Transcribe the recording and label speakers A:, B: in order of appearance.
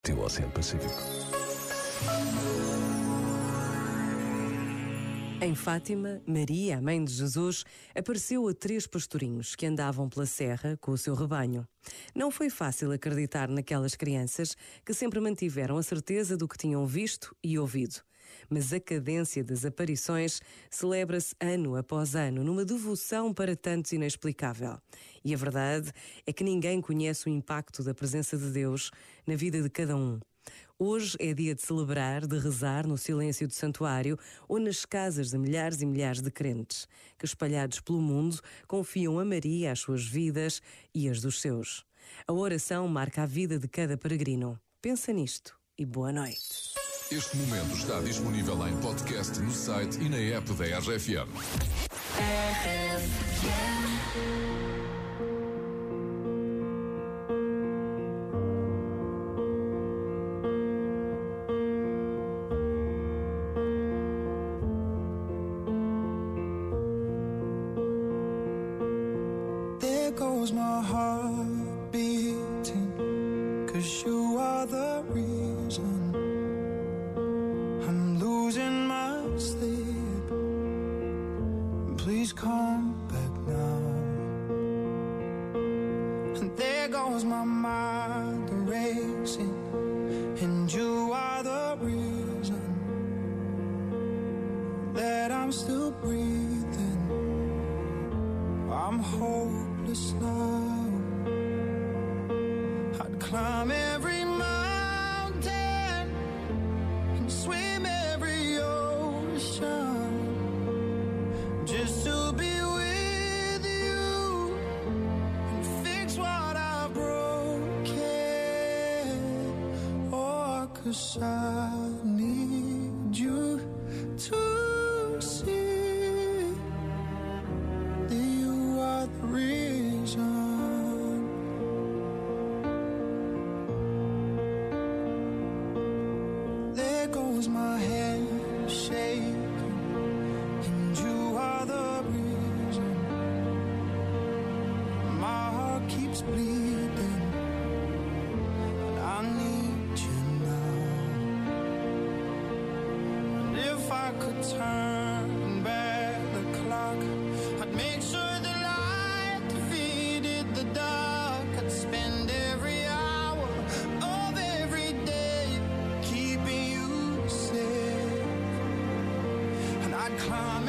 A: do Oceano Pacífico.
B: Em Fátima, Maria, a mãe de Jesus, apareceu a 3 pastorinhos que andavam pela serra com o seu rebanho. Não foi fácil acreditar naquelas crianças que sempre mantiveram a certeza do que tinham visto e ouvido. Mas a cadência das aparições celebra-se ano após ano numa devoção para tantos inexplicável. E a verdade é que ninguém conhece o impacto da presença de Deus na vida de cada um. Hoje é dia de celebrar, de rezar no silêncio do santuário ou nas casas de milhares e milhares de crentes, que espalhados pelo mundo confiam a Maria as suas vidas e as dos seus. A oração marca a vida de cada peregrino. Pensa nisto e boa noite.
C: Este momento está disponível em podcast no site e na app da RFM.
D: There goes my heart beating, 'cause you are the reason I'm losing my sleep. Please come back now. And there goes my mind racing, and you are the reason that I'm still breathing. I'm hopeless now. I'd climb every mountain and swim every ocean just to be with you and fix what I've broken. Oh, 'cause I need you to see that you are the reason. There goes my hand shaking, and you are the reason. My heart keeps bleeding, and I need you now. And if I could turn back the clock, I'd make sure the light defeated the dark. I'd spend every hour of every day keeping you safe, and I'd climb